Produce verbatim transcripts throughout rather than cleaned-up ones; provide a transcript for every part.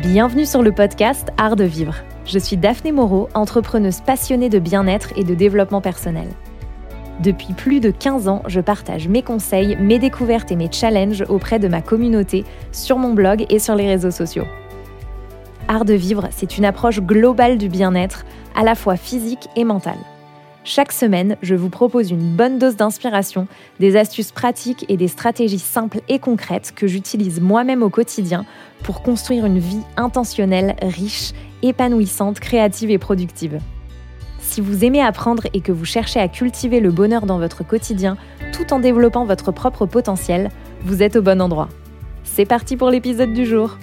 Bienvenue sur le podcast Art de vivre. Je suis Daphné Moreau, entrepreneuse passionnée de bien-être et de développement personnel. Depuis plus de quinze ans, je partage mes conseils, mes découvertes et mes challenges auprès de ma communauté, sur mon blog et sur les réseaux sociaux. Art de vivre, c'est une approche globale du bien-être, à la fois physique et mentale. Chaque semaine, je vous propose une bonne dose d'inspiration, des astuces pratiques et des stratégies simples et concrètes que j'utilise moi-même au quotidien pour construire une vie intentionnelle, riche, épanouissante, créative et productive. Si vous aimez apprendre et que vous cherchez à cultiver le bonheur dans votre quotidien tout en développant votre propre potentiel, vous êtes au bon endroit. C'est parti pour l'épisode du jour.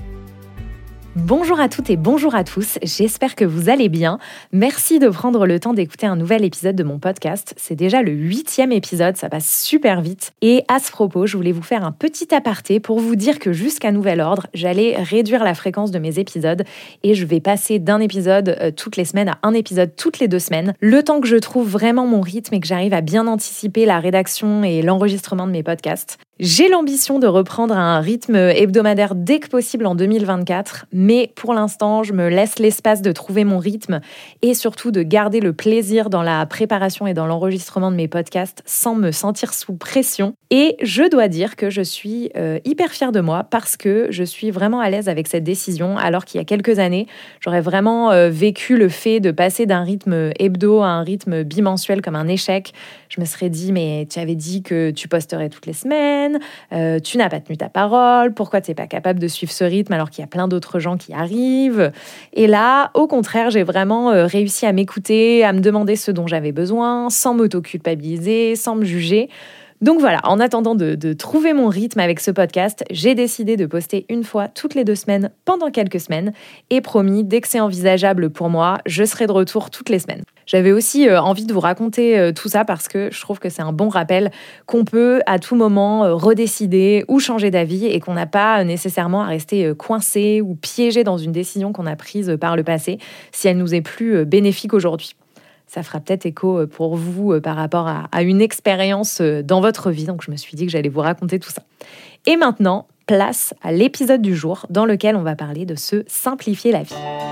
Bonjour à toutes et bonjour à tous, j'espère que vous allez bien. Merci de prendre le temps d'écouter un nouvel épisode de mon podcast. C'est déjà le huitième épisode, ça passe super vite. Et à ce propos, je voulais vous faire un petit aparté pour vous dire que jusqu'à nouvel ordre, j'allais réduire la fréquence de mes épisodes et je vais passer d'un épisode euh, toutes les semaines à un épisode toutes les deux semaines, le temps que je trouve vraiment mon rythme et que j'arrive à bien anticiper la rédaction et l'enregistrement de mes podcasts. J'ai l'ambition de reprendre un rythme hebdomadaire dès que possible en deux mille vingt-quatre, mais pour l'instant, je me laisse l'espace de trouver mon rythme et surtout de garder le plaisir dans la préparation et dans l'enregistrement de mes podcasts sans me sentir sous pression. Et je dois dire que je suis euh, hyper fière de moi parce que je suis vraiment à l'aise avec cette décision, alors qu'il y a quelques années, j'aurais vraiment euh, vécu le fait de passer d'un rythme hebdo à un rythme bimensuel comme un échec. Je me serais dit, mais tu avais dit que tu posterais toutes les semaines, euh, tu n'as pas tenu ta parole, pourquoi tu n'es pas capable de suivre ce rythme alors qu'il y a plein d'autres gens qui arrivent? Et là, au contraire, j'ai vraiment euh, réussi à m'écouter, à me demander ce dont j'avais besoin, sans m'auto-culpabiliser, sans me juger. Donc voilà, en attendant de, de trouver mon rythme avec ce podcast, j'ai décidé de poster une fois toutes les deux semaines pendant quelques semaines et promis, dès que c'est envisageable pour moi, je serai de retour toutes les semaines. J'avais aussi euh, envie de vous raconter euh, tout ça parce que je trouve que c'est un bon rappel qu'on peut à tout moment euh, redécider ou changer d'avis et qu'on n'a pas euh, nécessairement à rester euh, coincé ou piégé dans une décision qu'on a prise euh, par le passé si elle nous est plus euh, bénéfique aujourd'hui. Ça fera peut-être écho pour vous par rapport à, à une expérience dans votre vie. Donc, je me suis dit que j'allais vous raconter tout ça. Et maintenant, place à l'épisode du jour dans lequel on va parler de se simplifier la vie.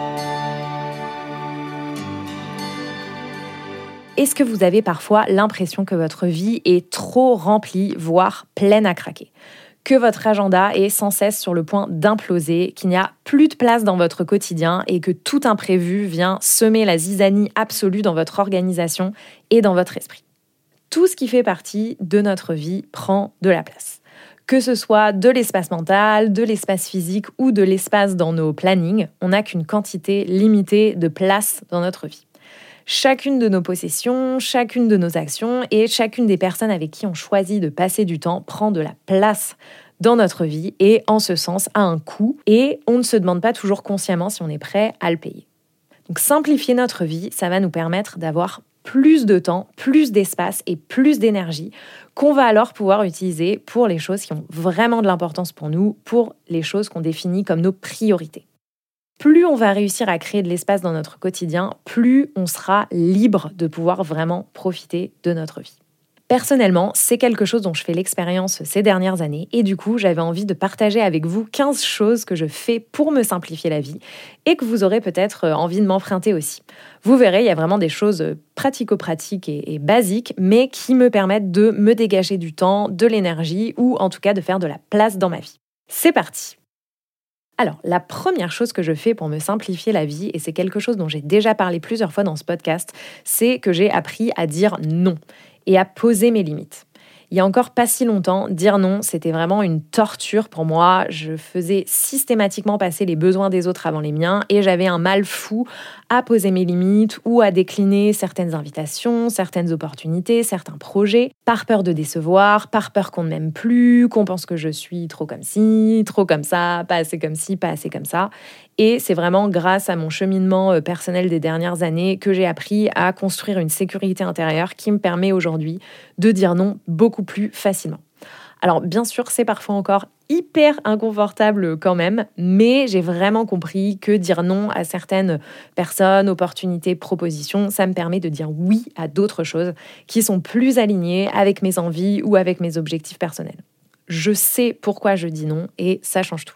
Est-ce que vous avez parfois l'impression que votre vie est trop remplie, voire pleine à craquer ? Que votre agenda est sans cesse sur le point d'imploser, qu'il n'y a plus de place dans votre quotidien et que tout imprévu vient semer la zizanie absolue dans votre organisation et dans votre esprit. Tout ce qui fait partie de notre vie prend de la place. Que ce soit de l'espace mental, de l'espace physique ou de l'espace dans nos plannings, on n'a qu'une quantité limitée de place dans notre vie. Chacune de nos possessions, chacune de nos actions et chacune des personnes avec qui on choisit de passer du temps prend de la place dans notre vie et en ce sens a un coût et on ne se demande pas toujours consciemment si on est prêt à le payer. Donc simplifier notre vie, ça va nous permettre d'avoir plus de temps, plus d'espace et plus d'énergie qu'on va alors pouvoir utiliser pour les choses qui ont vraiment de l'importance pour nous, pour les choses qu'on définit comme nos priorités. Plus on va réussir à créer de l'espace dans notre quotidien, plus on sera libre de pouvoir vraiment profiter de notre vie. Personnellement, c'est quelque chose dont je fais l'expérience ces dernières années et du coup, j'avais envie de partager avec vous quinze choses que je fais pour me simplifier la vie et que vous aurez peut-être envie de m'emprunter aussi. Vous verrez, il y a vraiment des choses pratico-pratiques et, et basiques, mais qui me permettent de me dégager du temps, de l'énergie ou en tout cas de faire de la place dans ma vie. C'est parti! Alors, la première chose que je fais pour me simplifier la vie, et c'est quelque chose dont j'ai déjà parlé plusieurs fois dans ce podcast, c'est que j'ai appris à dire non et à poser mes limites. Il y a encore pas si longtemps, dire non, c'était vraiment une torture pour moi. Je faisais systématiquement passer les besoins des autres avant les miens et j'avais un mal fou à poser mes limites ou à décliner certaines invitations, certaines opportunités, certains projets, par peur de décevoir, par peur qu'on ne m'aime plus, qu'on pense que je suis trop comme ci, trop comme ça, pas assez comme ci, pas assez comme ça. Et c'est vraiment grâce à mon cheminement personnel des dernières années que j'ai appris à construire une sécurité intérieure qui me permet aujourd'hui de dire non beaucoup plus facilement. Alors bien sûr, c'est parfois encore hyper inconfortable quand même, mais j'ai vraiment compris que dire non à certaines personnes, opportunités, propositions, ça me permet de dire oui à d'autres choses qui sont plus alignées avec mes envies ou avec mes objectifs personnels. Je sais pourquoi je dis non et ça change tout.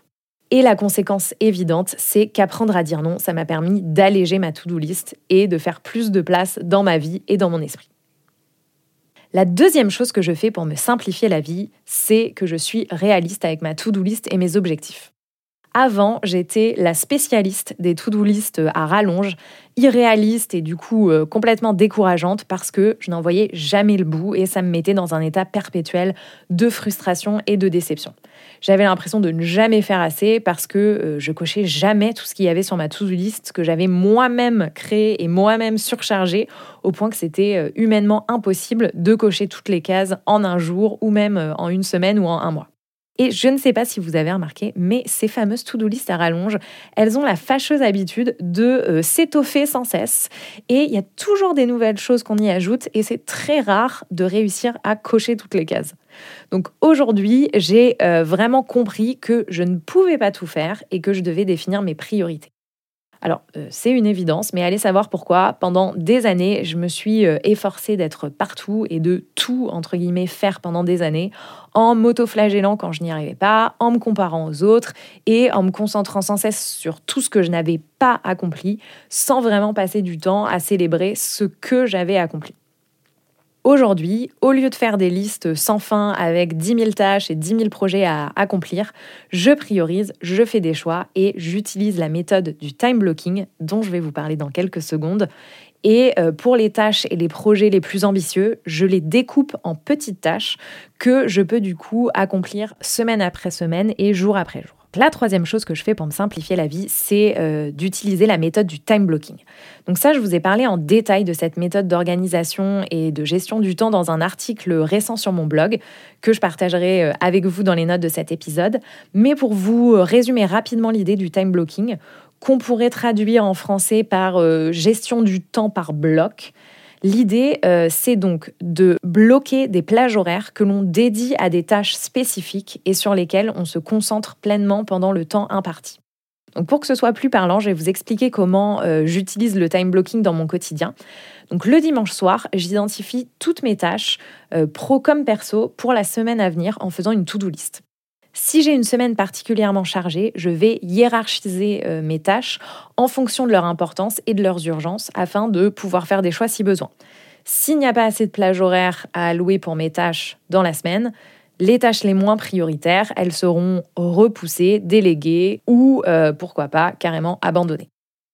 Et la conséquence évidente, c'est qu'apprendre à dire non, ça m'a permis d'alléger ma to-do list et de faire plus de place dans ma vie et dans mon esprit. La deuxième chose que je fais pour me simplifier la vie, c'est que je suis réaliste avec ma to-do list et mes objectifs. Avant, j'étais la spécialiste des to-do list à rallonge, irréaliste et du coup euh, complètement décourageante parce que je n'en voyais jamais le bout et ça me mettait dans un état perpétuel de frustration et de déception. J'avais l'impression de ne jamais faire assez parce que euh, je cochais jamais tout ce qu'il y avait sur ma to-do list que j'avais moi-même créé et moi-même surchargé au point que c'était euh, humainement impossible de cocher toutes les cases en un jour ou même euh, en une semaine ou en un mois. Et je ne sais pas si vous avez remarqué, mais ces fameuses to-do list à rallonge, elles ont la fâcheuse habitude de euh, s'étoffer sans cesse. Et il y a toujours des nouvelles choses qu'on y ajoute et c'est très rare de réussir à cocher toutes les cases. Donc aujourd'hui, j'ai euh, vraiment compris que je ne pouvais pas tout faire et que je devais définir mes priorités. Alors, euh, c'est une évidence, mais allez savoir pourquoi. Pendant des années, je me suis euh, efforcée d'être partout et de tout, entre guillemets, faire pendant des années, en m'auto-flagellant quand je n'y arrivais pas, en me comparant aux autres et en me concentrant sans cesse sur tout ce que je n'avais pas accompli, sans vraiment passer du temps à célébrer ce que j'avais accompli. Aujourd'hui, au lieu de faire des listes sans fin avec dix mille tâches et dix mille projets à accomplir, je priorise, je fais des choix et j'utilise la méthode du time blocking dont je vais vous parler dans quelques secondes. Et pour les tâches et les projets les plus ambitieux, je les découpe en petites tâches que je peux du coup accomplir semaine après semaine et jour après jour. La troisième chose que je fais pour me simplifier la vie, c'est euh, d'utiliser la méthode du time blocking. Donc ça, je vous ai parlé en détail de cette méthode d'organisation et de gestion du temps dans un article récent sur mon blog que je partagerai avec vous dans les notes de cet épisode. Mais pour vous résumer rapidement l'idée du time blocking, qu'on pourrait traduire en français par euh, gestion du temps par bloc, l'idée, euh, c'est donc de bloquer des plages horaires que l'on dédie à des tâches spécifiques et sur lesquelles on se concentre pleinement pendant le temps imparti. Donc pour que ce soit plus parlant, je vais vous expliquer comment euh, j'utilise le time blocking dans mon quotidien. Donc le dimanche soir, j'identifie toutes mes tâches, euh, pro comme perso, pour la semaine à venir en faisant une to-do list. Si j'ai une semaine particulièrement chargée, je vais hiérarchiser euh, mes tâches en fonction de leur importance et de leurs urgences afin de pouvoir faire des choix si besoin. S'il n'y a pas assez de plage horaire à allouer pour mes tâches dans la semaine, les tâches les moins prioritaires, elles seront repoussées, déléguées ou, euh, pourquoi pas, carrément abandonnées.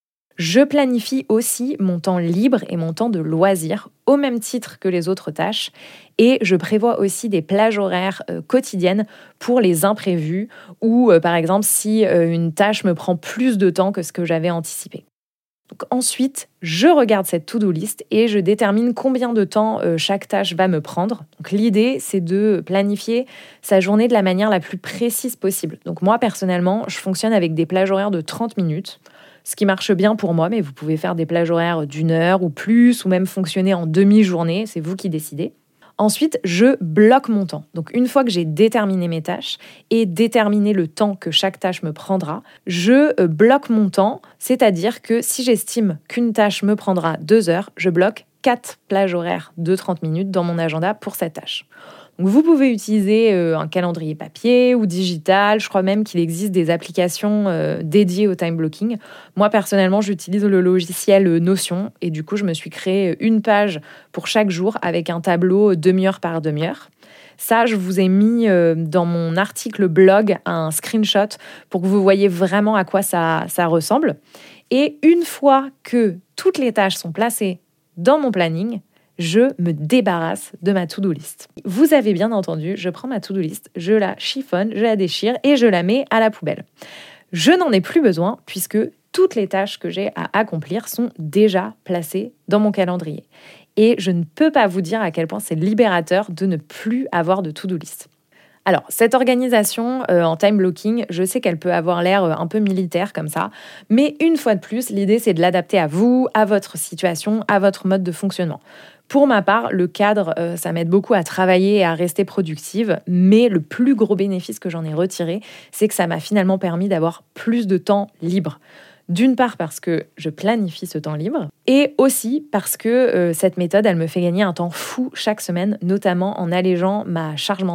Je planifie aussi mon temps libre et mon temps de loisir au même titre que les autres tâches et je prévois aussi des plages horaires euh, quotidiennes pour les imprévus ou euh, par exemple si euh, une tâche me prend plus de temps que ce que j'avais anticipé. Donc ensuite, je regarde cette to-do list et je détermine combien de temps euh, chaque tâche va me prendre. Donc l'idée, c'est de planifier sa journée de la manière la plus précise possible. Donc moi, personnellement, je fonctionne avec des plages horaires de trente minutes. Ce qui marche bien pour moi, mais vous pouvez faire des plages horaires d'une heure ou plus, ou même fonctionner en demi-journée, c'est vous qui décidez. Ensuite, je bloque mon temps. Donc une fois que j'ai déterminé mes tâches et déterminé le temps que chaque tâche me prendra, je bloque mon temps, c'est-à-dire que si j'estime qu'une tâche me prendra deux heures, je bloque quatre plages horaires de trente minutes dans mon agenda pour cette tâche. Donc vous pouvez utiliser euh, un calendrier papier ou digital. Je crois même qu'il existe des applications euh, dédiées au time blocking. Moi, personnellement, j'utilise le logiciel Notion et du coup, je me suis créé une page pour chaque jour avec un tableau demi-heure par demi-heure. Ça, je vous ai mis euh, dans mon article blog un screenshot pour que vous voyez vraiment à quoi ça, ça ressemble. Et une fois que toutes les tâches sont placées dans mon planning, je me débarrasse de ma to-do list. Vous avez bien entendu, je prends ma to-do list, je la chiffonne, je la déchire et je la mets à la poubelle. Je n'en ai plus besoin puisque toutes les tâches que j'ai à accomplir sont déjà placées dans mon calendrier. Et je ne peux pas vous dire à quel point c'est libérateur de ne plus avoir de to-do list. Alors, cette organisation euh, en time blocking, je sais qu'elle peut avoir l'air euh, un peu militaire comme ça, mais une fois de plus, l'idée c'est de l'adapter à vous, à votre situation, à votre mode de fonctionnement. Pour ma part, le cadre, euh, ça m'aide beaucoup à travailler et à rester productive, mais le plus gros bénéfice que j'en ai retiré, c'est que ça m'a finalement permis d'avoir plus de temps libre. D'une part parce que je planifie ce temps libre et aussi parce que euh, cette méthode, elle me fait gagner un temps fou chaque semaine, notamment en allégeant ma charge mentale.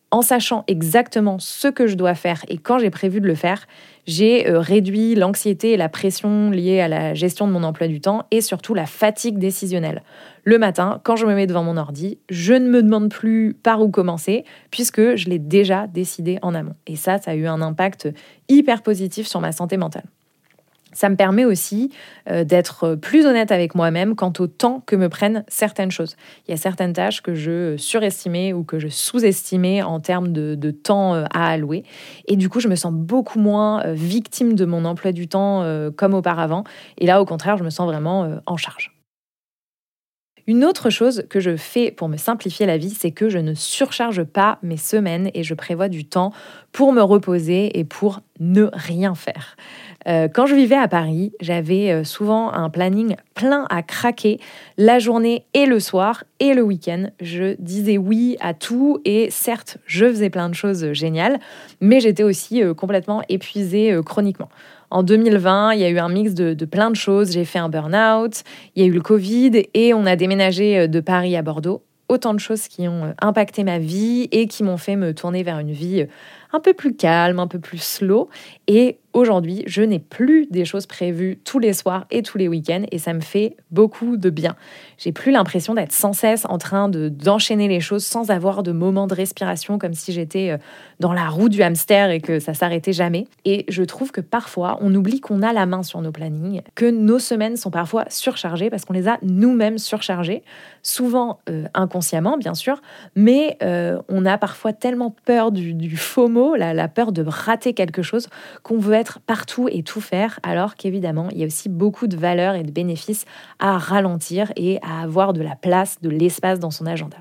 En sachant exactement ce que je dois faire et quand j'ai prévu de le faire, j'ai euh, réduit l'anxiété et la pression liées à la gestion de mon emploi du temps et surtout la fatigue décisionnelle. Le matin, quand je me mets devant mon ordi, je ne me demande plus par où commencer puisque je l'ai déjà décidé en amont. Et ça, ça a eu un impact hyper positif sur ma santé mentale. Ça me permet aussi euh, d'être plus honnête avec moi-même quant au temps que me prennent certaines choses. Il y a certaines tâches que je surestimais ou que je sous-estimais en termes de, de temps euh, à allouer. Et du coup, je me sens beaucoup moins euh, victime de mon emploi du temps euh, comme auparavant. Et là, au contraire, je me sens vraiment euh, en charge. Une autre chose que je fais pour me simplifier la vie, c'est que je ne surcharge pas mes semaines et je prévois du temps pour me reposer et pour ne rien faire. Euh, quand je vivais à Paris, j'avais souvent un planning plein à craquer la journée et le soir et le week-end. Je disais oui à tout et certes, je faisais plein de choses géniales, mais j'étais aussi euh, complètement épuisée euh, chroniquement. En deux mille vingt, il y a eu un mix de, de plein de choses. J'ai fait un burn-out, il y a eu le Covid et on a déménagé de Paris à Bordeaux. Autant de choses qui ont impacté ma vie et qui m'ont fait me tourner vers une vie un peu plus calme, un peu plus slow. Et aujourd'hui, je n'ai plus des choses prévues tous les soirs et tous les week-ends et ça me fait beaucoup de bien. J'ai plus l'impression d'être sans cesse en train de, d'enchaîner les choses sans avoir de moments de respiration comme si j'étais dans la roue du hamster et que ça s'arrêtait jamais. Et je trouve que parfois, on oublie qu'on a la main sur nos plannings, que nos semaines sont parfois surchargées parce qu'on les a nous-mêmes surchargées, souvent euh, inconsciemment bien sûr, mais euh, on a parfois tellement peur du, du FOMO, la, la peur de rater quelque chose, qu'on veut être partout et tout faire, alors qu'évidemment, il y a aussi beaucoup de valeurs et de bénéfices à ralentir et à avoir de la place, de l'espace dans son agenda.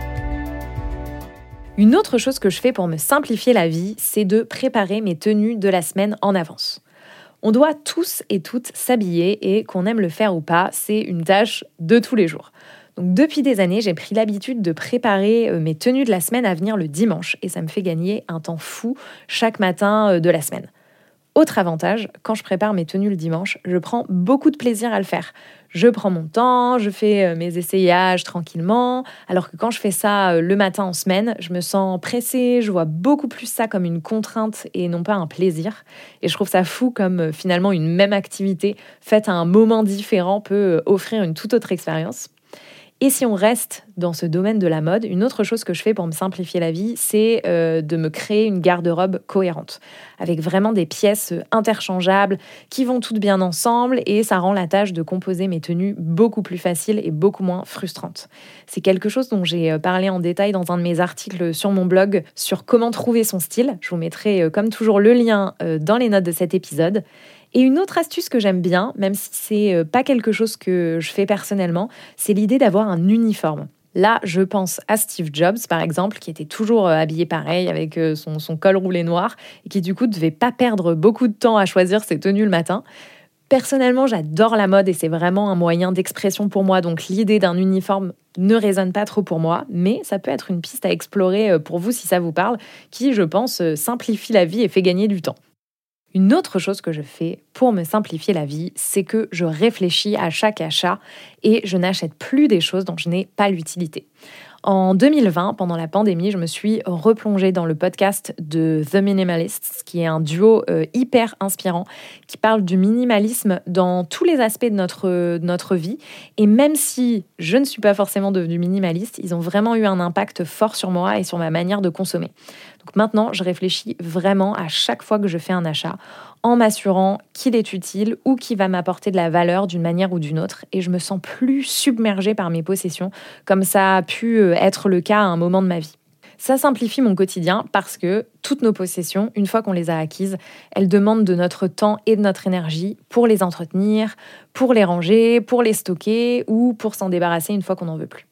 Une autre chose que je fais pour me simplifier la vie, c'est de préparer mes tenues de la semaine en avance. On doit tous et toutes s'habiller et qu'on aime le faire ou pas, c'est une tâche de tous les jours. Donc depuis des années, j'ai pris l'habitude de préparer mes tenues de la semaine à venir le dimanche et ça me fait gagner un temps fou chaque matin de la semaine. Autre avantage, quand je prépare mes tenues le dimanche, je prends beaucoup de plaisir à le faire. Je prends mon temps, je fais mes essayages tranquillement, alors que quand je fais ça le matin en semaine, je me sens pressée, je vois beaucoup plus ça comme une contrainte et non pas un plaisir. Et je trouve ça fou comme finalement une même activité faite à un moment différent peut offrir une toute autre expérience. Et si on reste dans ce domaine de la mode, une autre chose que je fais pour me simplifier la vie, c'est euh, de me créer une garde-robe cohérente, avec vraiment des pièces interchangeables qui vont toutes bien ensemble et ça rend la tâche de composer mes tenues beaucoup plus facile et beaucoup moins frustrante. C'est quelque chose dont j'ai parlé en détail dans un de mes articles sur mon blog sur comment trouver son style. Je vous mettrai comme toujours le lien dans les notes de cet épisode. Et une autre astuce que j'aime bien, même si c'est pas quelque chose que je fais personnellement, c'est l'idée d'avoir un uniforme. Là, je pense à Steve Jobs, par exemple, qui était toujours habillé pareil, avec son, son col roulé noir, et qui du coup ne devait pas perdre beaucoup de temps à choisir ses tenues le matin. Personnellement, j'adore la mode et c'est vraiment un moyen d'expression pour moi, donc l'idée d'un uniforme ne résonne pas trop pour moi, mais ça peut être une piste à explorer pour vous si ça vous parle, qui, je pense, simplifie la vie et fait gagner du temps. Une autre chose que je fais pour me simplifier la vie, c'est que je réfléchis à chaque achat et je n'achète plus des choses dont je n'ai pas l'utilité. En deux mille vingt, pendant la pandémie, je me suis replongée dans le podcast de The Minimalists, qui est un duo euh, hyper inspirant, qui parle du minimalisme dans tous les aspects de notre, de notre vie. Et même si je ne suis pas forcément devenue minimaliste, ils ont vraiment eu un impact fort sur moi et sur ma manière de consommer. Donc maintenant, je réfléchis vraiment à chaque fois que je fais un achat, en m'assurant qu'il est utile ou qu'il va m'apporter de la valeur d'une manière ou d'une autre. Et je me sens plus submergée par mes possessions, comme ça a pu être le cas à un moment de ma vie. Ça simplifie mon quotidien parce que toutes nos possessions, une fois qu'on les a acquises, elles demandent de notre temps et de notre énergie pour les entretenir, pour les ranger, pour les stocker ou pour s'en débarrasser une fois qu'on n'en veut plus.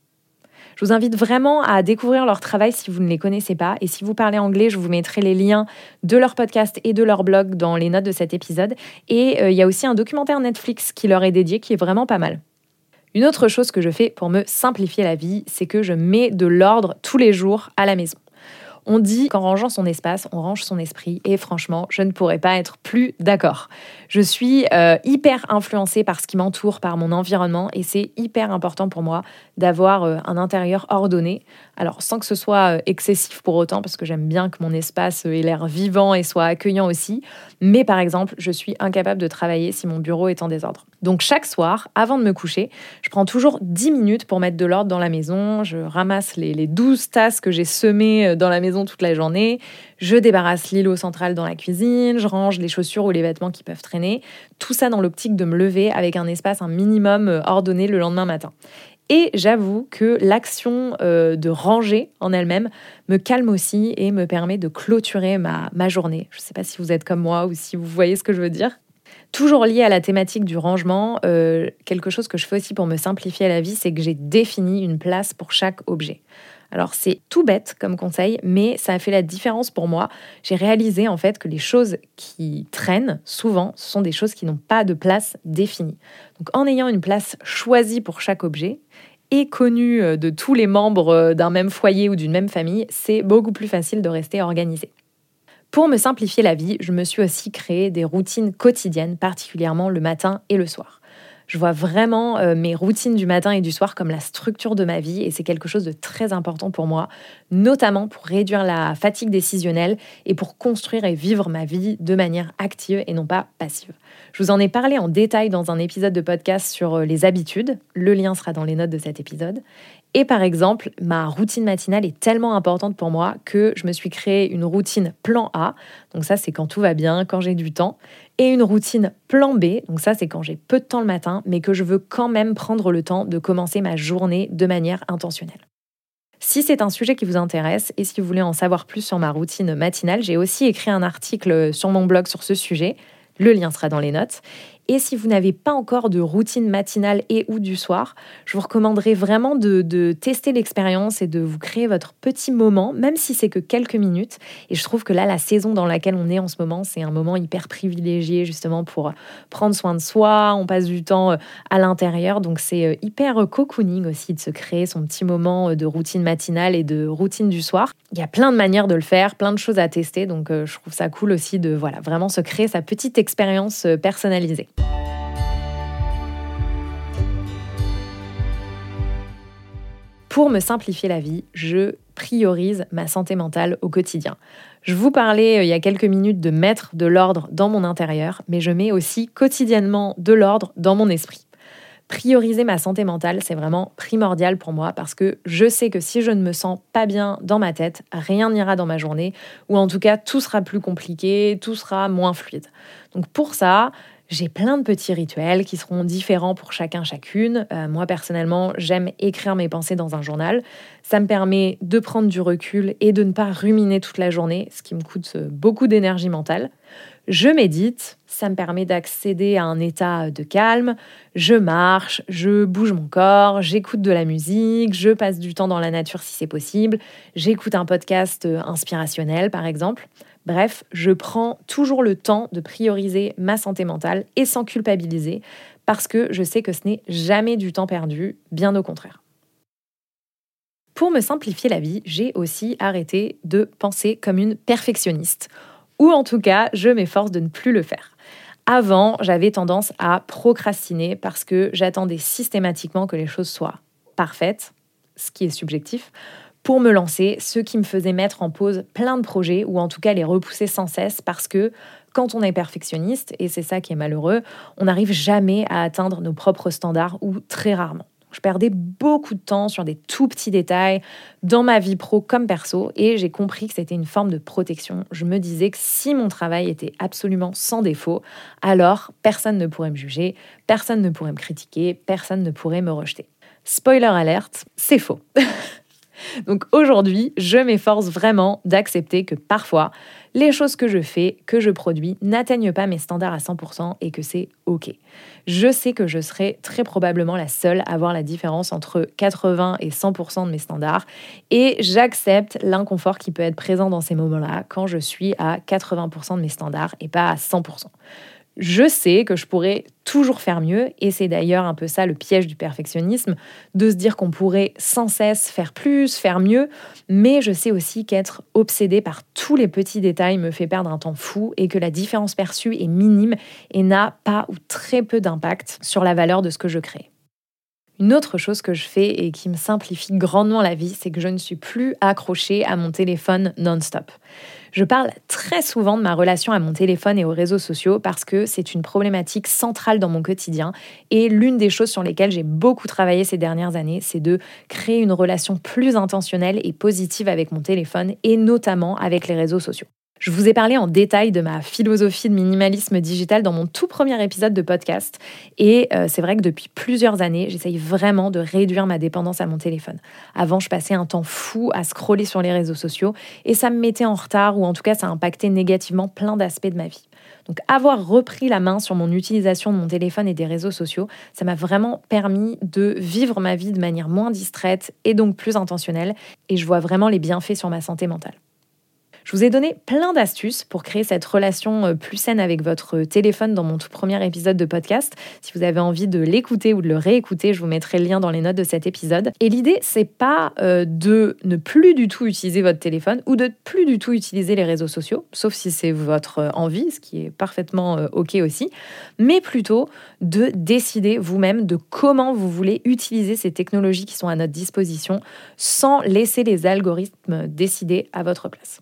Je vous invite vraiment à découvrir leur travail si vous ne les connaissez pas. Et si vous parlez anglais, je vous mettrai les liens de leur podcast et de leur blog dans les notes de cet épisode. Et euh, il y a aussi un documentaire Netflix qui leur est dédié, qui est vraiment pas mal. Une autre chose que je fais pour me simplifier la vie, c'est que je mets de l'ordre tous les jours à la maison. On dit qu'en rangeant son espace, on range son esprit et franchement, je ne pourrais pas être plus d'accord. Je suis euh, hyper influencée par ce qui m'entoure, par mon environnement et c'est hyper important pour moi d'avoir euh, un intérieur ordonné. Alors sans que ce soit euh, excessif pour autant parce que j'aime bien que mon espace ait l'air vivant et soit accueillant aussi. Mais par exemple, je suis incapable de travailler si mon bureau est en désordre. Donc chaque soir, avant de me coucher, je prends toujours dix minutes pour mettre de l'ordre dans la maison. Je ramasse les, les douze tasses que j'ai semées dans la maison toute la journée. Je débarrasse l'îlot central dans la cuisine. Je range les chaussures ou les vêtements qui peuvent traîner. Tout ça dans l'optique de me lever avec un espace un minimum ordonné le lendemain matin. Et j'avoue que l'action euh, de ranger en elle-même me calme aussi et me permet de clôturer ma, ma journée. Je ne sais pas si vous êtes comme moi ou si vous voyez ce que je veux dire. Toujours lié à la thématique du rangement, euh, quelque chose que je fais aussi pour me simplifier la vie, c'est que j'ai défini une place pour chaque objet. Alors c'est tout bête comme conseil, mais ça a fait la différence pour moi. J'ai réalisé en fait que les choses qui traînent, souvent, ce sont des choses qui n'ont pas de place définie. Donc en ayant une place choisie pour chaque objet, et connue de tous les membres d'un même foyer ou d'une même famille, c'est beaucoup plus facile de rester organisé. Pour me simplifier la vie, je me suis aussi créé des routines quotidiennes, particulièrement le matin et le soir. Je vois vraiment euh, mes routines du matin et du soir comme la structure de ma vie et c'est quelque chose de très important pour moi, notamment pour réduire la fatigue décisionnelle et pour construire et vivre ma vie de manière active et non pas passive. Je vous en ai parlé en détail dans un épisode de podcast sur les habitudes. Le lien sera dans les notes de cet épisode. Et par exemple, ma routine matinale est tellement importante pour moi que je me suis créé une routine plan A. Donc ça, c'est quand tout va bien, quand j'ai du temps. Et une routine plan B. Donc ça, c'est quand j'ai peu de temps le matin, mais que je veux quand même prendre le temps de commencer ma journée de manière intentionnelle. Si c'est un sujet qui vous intéresse et si vous voulez en savoir plus sur ma routine matinale, j'ai aussi écrit un article sur mon blog sur ce sujet. Le lien sera dans les notes. Et si vous n'avez pas encore de routine matinale et ou du soir, je vous recommanderais vraiment de, de tester l'expérience et de vous créer votre petit moment, même si c'est que quelques minutes. Et je trouve que là, la saison dans laquelle on est en ce moment, c'est un moment hyper privilégié justement pour prendre soin de soi. On passe du temps à l'intérieur, donc c'est hyper cocooning aussi de se créer son petit moment de routine matinale et de routine du soir. Il y a plein de manières de le faire, plein de choses à tester, donc je trouve ça cool aussi de voilà, vraiment se créer sa petite expérience personnalisée. Pour me simplifier la vie, je priorise ma santé mentale au quotidien. Je vous parlais euh, il y a quelques minutes de mettre de l'ordre dans mon intérieur, mais je mets aussi quotidiennement de l'ordre dans mon esprit. Prioriser ma santé mentale, c'est vraiment primordial pour moi parce que je sais que si je ne me sens pas bien dans ma tête, rien n'ira dans ma journée ou en tout cas tout sera plus compliqué, tout sera moins fluide. Donc pour ça, j'ai plein de petits rituels qui seront différents pour chacun, chacune. Euh, moi, personnellement, j'aime écrire mes pensées dans un journal. Ça me permet de prendre du recul et de ne pas ruminer toute la journée, ce qui me coûte beaucoup d'énergie mentale. Je médite, ça me permet d'accéder à un état de calme. Je marche, je bouge mon corps, j'écoute de la musique, je passe du temps dans la nature si c'est possible. J'écoute un podcast inspirationnel, par exemple. Bref, je prends toujours le temps de prioriser ma santé mentale et sans culpabiliser parce que je sais que ce n'est jamais du temps perdu, bien au contraire. Pour me simplifier la vie, j'ai aussi arrêté de penser comme une perfectionniste. Ou en tout cas, je m'efforce de ne plus le faire. Avant, j'avais tendance à procrastiner parce que j'attendais systématiquement que les choses soient parfaites, ce qui est subjectif, pour me lancer, ce qui me faisait mettre en pause plein de projets ou en tout cas les repousser sans cesse parce que quand on est perfectionniste, et c'est ça qui est malheureux, on n'arrive jamais à atteindre nos propres standards ou très rarement. Je perdais beaucoup de temps sur des tout petits détails dans ma vie pro comme perso et j'ai compris que c'était une forme de protection. Je me disais que si mon travail était absolument sans défaut, alors personne ne pourrait me juger, personne ne pourrait me critiquer, personne ne pourrait me rejeter. Spoiler alerte, c'est faux. Donc aujourd'hui, je m'efforce vraiment d'accepter que parfois, les choses que je fais, que je produis, n'atteignent pas mes standards à cent pour cent et que c'est OK. Je sais que je serai très probablement la seule à voir la différence entre quatre-vingts et cent pour cent de mes standards et j'accepte l'inconfort qui peut être présent dans ces moments-là quand je suis à quatre-vingts pour cent de mes standards et pas à cent pour cent. Je sais que je pourrais toujours faire mieux, et c'est d'ailleurs un peu ça le piège du perfectionnisme, de se dire qu'on pourrait sans cesse faire plus, faire mieux, mais je sais aussi qu'être obsédé par tous les petits détails me fait perdre un temps fou et que la différence perçue est minime et n'a pas ou très peu d'impact sur la valeur de ce que je crée. Une autre chose que je fais et qui me simplifie grandement la vie, c'est que je ne suis plus accrochée à mon téléphone non-stop. Je parle très souvent de ma relation à mon téléphone et aux réseaux sociaux parce que c'est une problématique centrale dans mon quotidien et l'une des choses sur lesquelles j'ai beaucoup travaillé ces dernières années, c'est de créer une relation plus intentionnelle et positive avec mon téléphone et notamment avec les réseaux sociaux. Je vous ai parlé en détail de ma philosophie de minimalisme digital dans mon tout premier épisode de podcast. Et euh, c'est vrai que depuis plusieurs années, j'essaye vraiment de réduire ma dépendance à mon téléphone. Avant, je passais un temps fou à scroller sur les réseaux sociaux et ça me mettait en retard ou en tout cas, ça impactait négativement plein d'aspects de ma vie. Donc avoir repris la main sur mon utilisation de mon téléphone et des réseaux sociaux, ça m'a vraiment permis de vivre ma vie de manière moins distraite et donc plus intentionnelle. Et je vois vraiment les bienfaits sur ma santé mentale. Je vous ai donné plein d'astuces pour créer cette relation plus saine avec votre téléphone dans mon tout premier épisode de podcast. Si vous avez envie de l'écouter ou de le réécouter, je vous mettrai le lien dans les notes de cet épisode. Et l'idée, c'est pas euh, de ne plus du tout utiliser votre téléphone ou de plus du tout utiliser les réseaux sociaux, sauf si c'est votre envie, ce qui est parfaitement euh, OK aussi, mais plutôt de décider vous-même de comment vous voulez utiliser ces technologies qui sont à notre disposition sans laisser les algorithmes décider à votre place.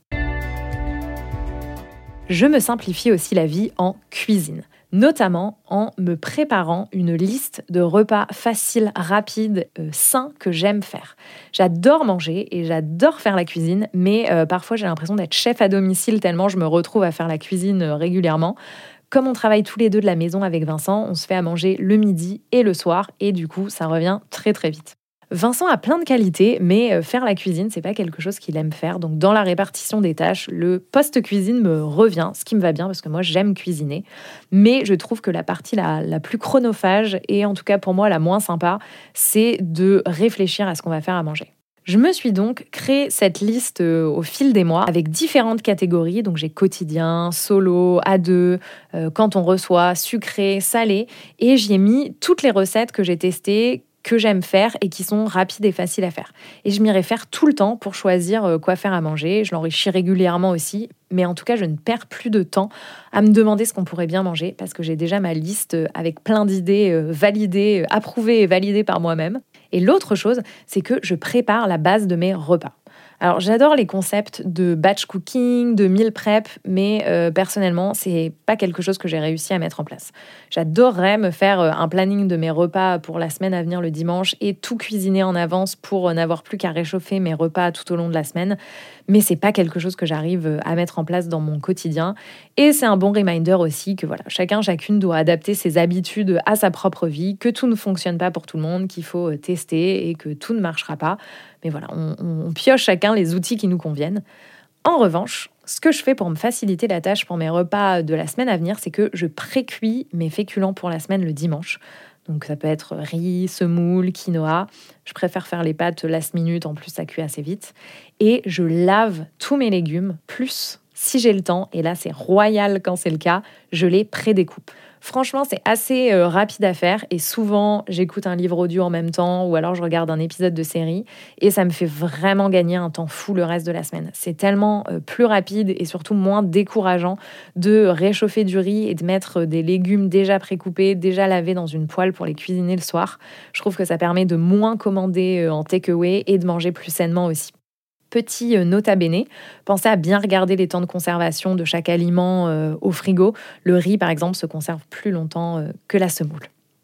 Je me simplifie aussi la vie en cuisine, notamment en me préparant une liste de repas faciles, rapides, euh, sains que j'aime faire. J'adore manger et j'adore faire la cuisine, mais euh, parfois j'ai l'impression d'être chef à domicile tellement je me retrouve à faire la cuisine euh, régulièrement. Comme on travaille tous les deux de la maison avec Vincent, on se fait à manger le midi et le soir et du coup ça revient très très vite. Vincent a plein de qualités, mais faire la cuisine, c'est pas quelque chose qu'il aime faire. Donc, dans la répartition des tâches, le post-cuisine me revient, ce qui me va bien parce que moi, j'aime cuisiner. Mais je trouve que la partie la, la plus chronophage et en tout cas pour moi la moins sympa, c'est de réfléchir à ce qu'on va faire à manger. Je me suis donc créé cette liste au fil des mois avec différentes catégories. Donc j'ai quotidien, solo, à deux, euh, quand on reçoit, sucré, salé. Et j'y ai mis toutes les recettes que j'ai testées, que j'aime faire et qui sont rapides et faciles à faire. Et je m'y réfère tout le temps pour choisir quoi faire à manger. Je l'enrichis régulièrement aussi, mais en tout cas, je ne perds plus de temps à me demander ce qu'on pourrait bien manger parce que j'ai déjà ma liste avec plein d'idées validées, approuvées et validées par moi-même. Et l'autre chose, c'est que je prépare la base de mes repas. Alors, j'adore les concepts de batch cooking, de meal prep, mais euh, personnellement, c'est pas quelque chose que j'ai réussi à mettre en place. J'adorerais me faire un planning de mes repas pour la semaine à venir le dimanche et tout cuisiner en avance pour n'avoir plus qu'à réchauffer mes repas tout au long de la semaine. Mais c'est pas quelque chose que j'arrive à mettre en place dans mon quotidien. Et c'est un bon reminder aussi que voilà, chacun, chacune doit adapter ses habitudes à sa propre vie, que tout ne fonctionne pas pour tout le monde, qu'il faut tester et que tout ne marchera pas. Mais voilà, on, on pioche chacun les outils qui nous conviennent. En revanche, ce que je fais pour me faciliter la tâche pour mes repas de la semaine à venir, c'est que je pré-cuis mes féculents pour la semaine le dimanche. Donc ça peut être riz, semoule, quinoa. Je préfère faire les pâtes last minute, en plus ça cuit assez vite. Et je lave tous mes légumes, plus si j'ai le temps, et là c'est royal quand c'est le cas, je les pré-découpe. Franchement, c'est assez euh, rapide à faire et souvent, j'écoute un livre audio en même temps ou alors je regarde un épisode de série et ça me fait vraiment gagner un temps fou le reste de la semaine. C'est tellement euh, plus rapide et surtout moins décourageant de réchauffer du riz et de mettre des légumes déjà précoupés, déjà lavés dans une poêle pour les cuisiner le soir. Je trouve que ça permet de moins commander euh, en take-away et de manger plus sainement aussi. Petit nota bene, pensez à bien regarder les temps de conservation de chaque aliment euh, au frigo. Le riz, par exemple, se conserve plus longtemps euh, que la semoule.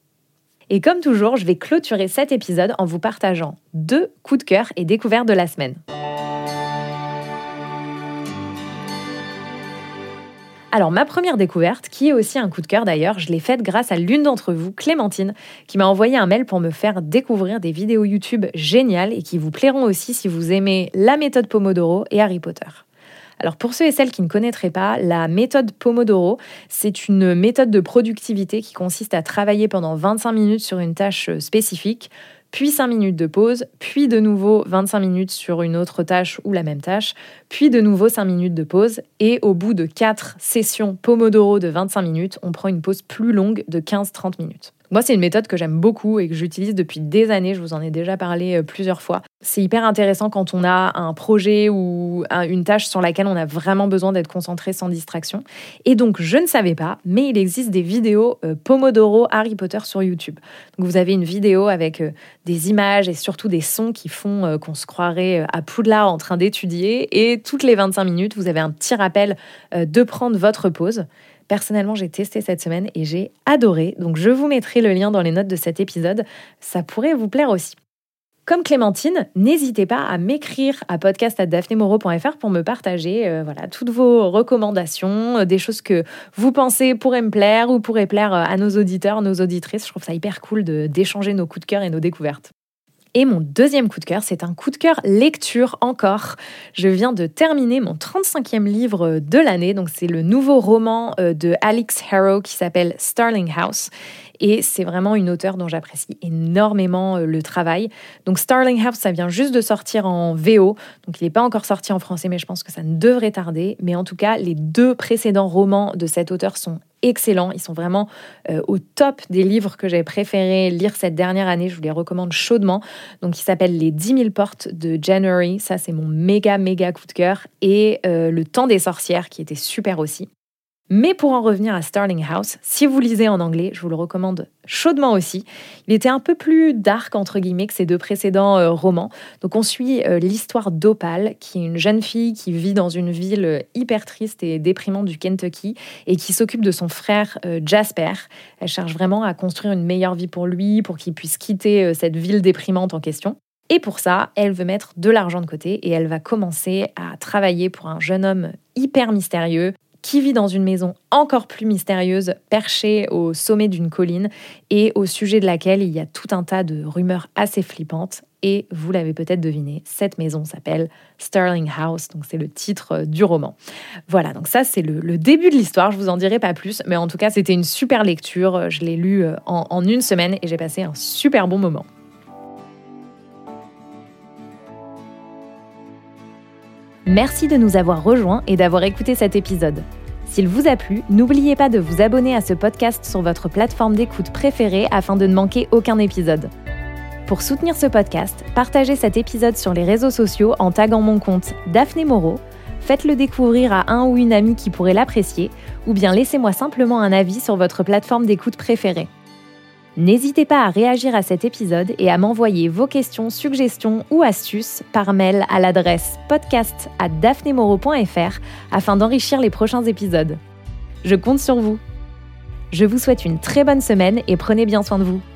Et comme toujours, je vais clôturer cet épisode en vous partageant deux coups de cœur et découvertes de la semaine. Alors, ma première découverte, qui est aussi un coup de cœur d'ailleurs, je l'ai faite grâce à l'une d'entre vous, Clémentine, qui m'a envoyé un mail pour me faire découvrir des vidéos YouTube géniales et qui vous plairont aussi si vous aimez la méthode Pomodoro et Harry Potter. Alors, pour ceux et celles qui ne connaîtraient pas, la méthode Pomodoro, c'est une méthode de productivité qui consiste à travailler pendant vingt-cinq minutes sur une tâche spécifique, puis cinq minutes de pause, puis de nouveau vingt-cinq minutes sur une autre tâche ou la même tâche, puis de nouveau cinq minutes de pause, et au bout de quatre sessions Pomodoro de vingt-cinq minutes, on prend une pause plus longue de quinze à trente minutes. Moi, c'est une méthode que j'aime beaucoup et que j'utilise depuis des années. Je vous en ai déjà parlé plusieurs fois. C'est hyper intéressant quand on a un projet ou une tâche sur laquelle on a vraiment besoin d'être concentré sans distraction. Et donc, je ne savais pas, mais il existe des vidéos Pomodoro Harry Potter sur YouTube. Donc, vous avez une vidéo avec des images et surtout des sons qui font qu'on se croirait à Poudlard en train d'étudier. Et toutes les vingt-cinq minutes, vous avez un petit rappel de prendre votre pause. Personnellement, j'ai testé cette semaine et j'ai adoré. Donc, je vous mettrai le lien dans les notes de cet épisode. Ça pourrait vous plaire aussi. Comme Clémentine, n'hésitez pas à m'écrire à podcast arobase daphné moreau point f r pour me partager euh, voilà, toutes vos recommandations, euh, des choses que vous pensez pourraient me plaire ou pourraient plaire à nos auditeurs, nos auditrices. Je trouve ça hyper cool de, d'échanger nos coups de cœur et nos découvertes. Et mon deuxième coup de cœur, c'est un coup de cœur lecture encore. Je viens de terminer mon trente-cinquième livre de l'année. Donc, c'est le nouveau roman de Alix Harrow qui s'appelle Starling House. Et c'est vraiment une auteure dont j'apprécie énormément le travail. Donc, Starling House, ça vient juste de sortir en V O. Donc, il n'est pas encore sorti en français, mais je pense que ça ne devrait tarder. Mais en tout cas, les deux précédents romans de cette auteure sont excellents. Ils sont vraiment euh, au top des livres que j'ai préféré lire cette dernière année. Je vous les recommande chaudement. Donc, il s'appelle Les dix mille portes de January. Ça, c'est mon méga, méga coup de cœur. Et euh, Le temps des sorcières, qui était super aussi. Mais pour en revenir à Starling House, si vous lisez en anglais, je vous le recommande chaudement aussi. Il était un peu plus dark, entre guillemets, que ses deux précédents euh, romans. Donc on suit euh, l'histoire d'Opal, qui est une jeune fille qui vit dans une ville hyper triste et déprimante du Kentucky et qui s'occupe de son frère euh, Jasper. Elle cherche vraiment à construire une meilleure vie pour lui, pour qu'il puisse quitter euh, cette ville déprimante en question. Et pour ça, elle veut mettre de l'argent de côté et elle va commencer à travailler pour un jeune homme hyper mystérieux qui vit dans une maison encore plus mystérieuse, perchée au sommet d'une colline et au sujet de laquelle il y a tout un tas de rumeurs assez flippantes. Et vous l'avez peut-être deviné, cette maison s'appelle Starling House, donc c'est le titre du roman. Voilà, donc ça c'est le, le début de l'histoire, je vous en dirai pas plus, mais en tout cas c'était une super lecture, je l'ai lu en, en une semaine et j'ai passé un super bon moment. Merci de nous avoir rejoints et d'avoir écouté cet épisode. S'il vous a plu, n'oubliez pas de vous abonner à ce podcast sur votre plateforme d'écoute préférée afin de ne manquer aucun épisode. Pour soutenir ce podcast, partagez cet épisode sur les réseaux sociaux en taguant mon compte Daphné Moreau, faites-le découvrir à un ou une amie qui pourrait l'apprécier, ou bien laissez-moi simplement un avis sur votre plateforme d'écoute préférée. N'hésitez pas à réagir à cet épisode et à m'envoyer vos questions, suggestions ou astuces par mail à l'adresse podcast arobase daphné moreau point f r afin d'enrichir les prochains épisodes. Je compte sur vous. Je vous souhaite une très bonne semaine et prenez bien soin de vous.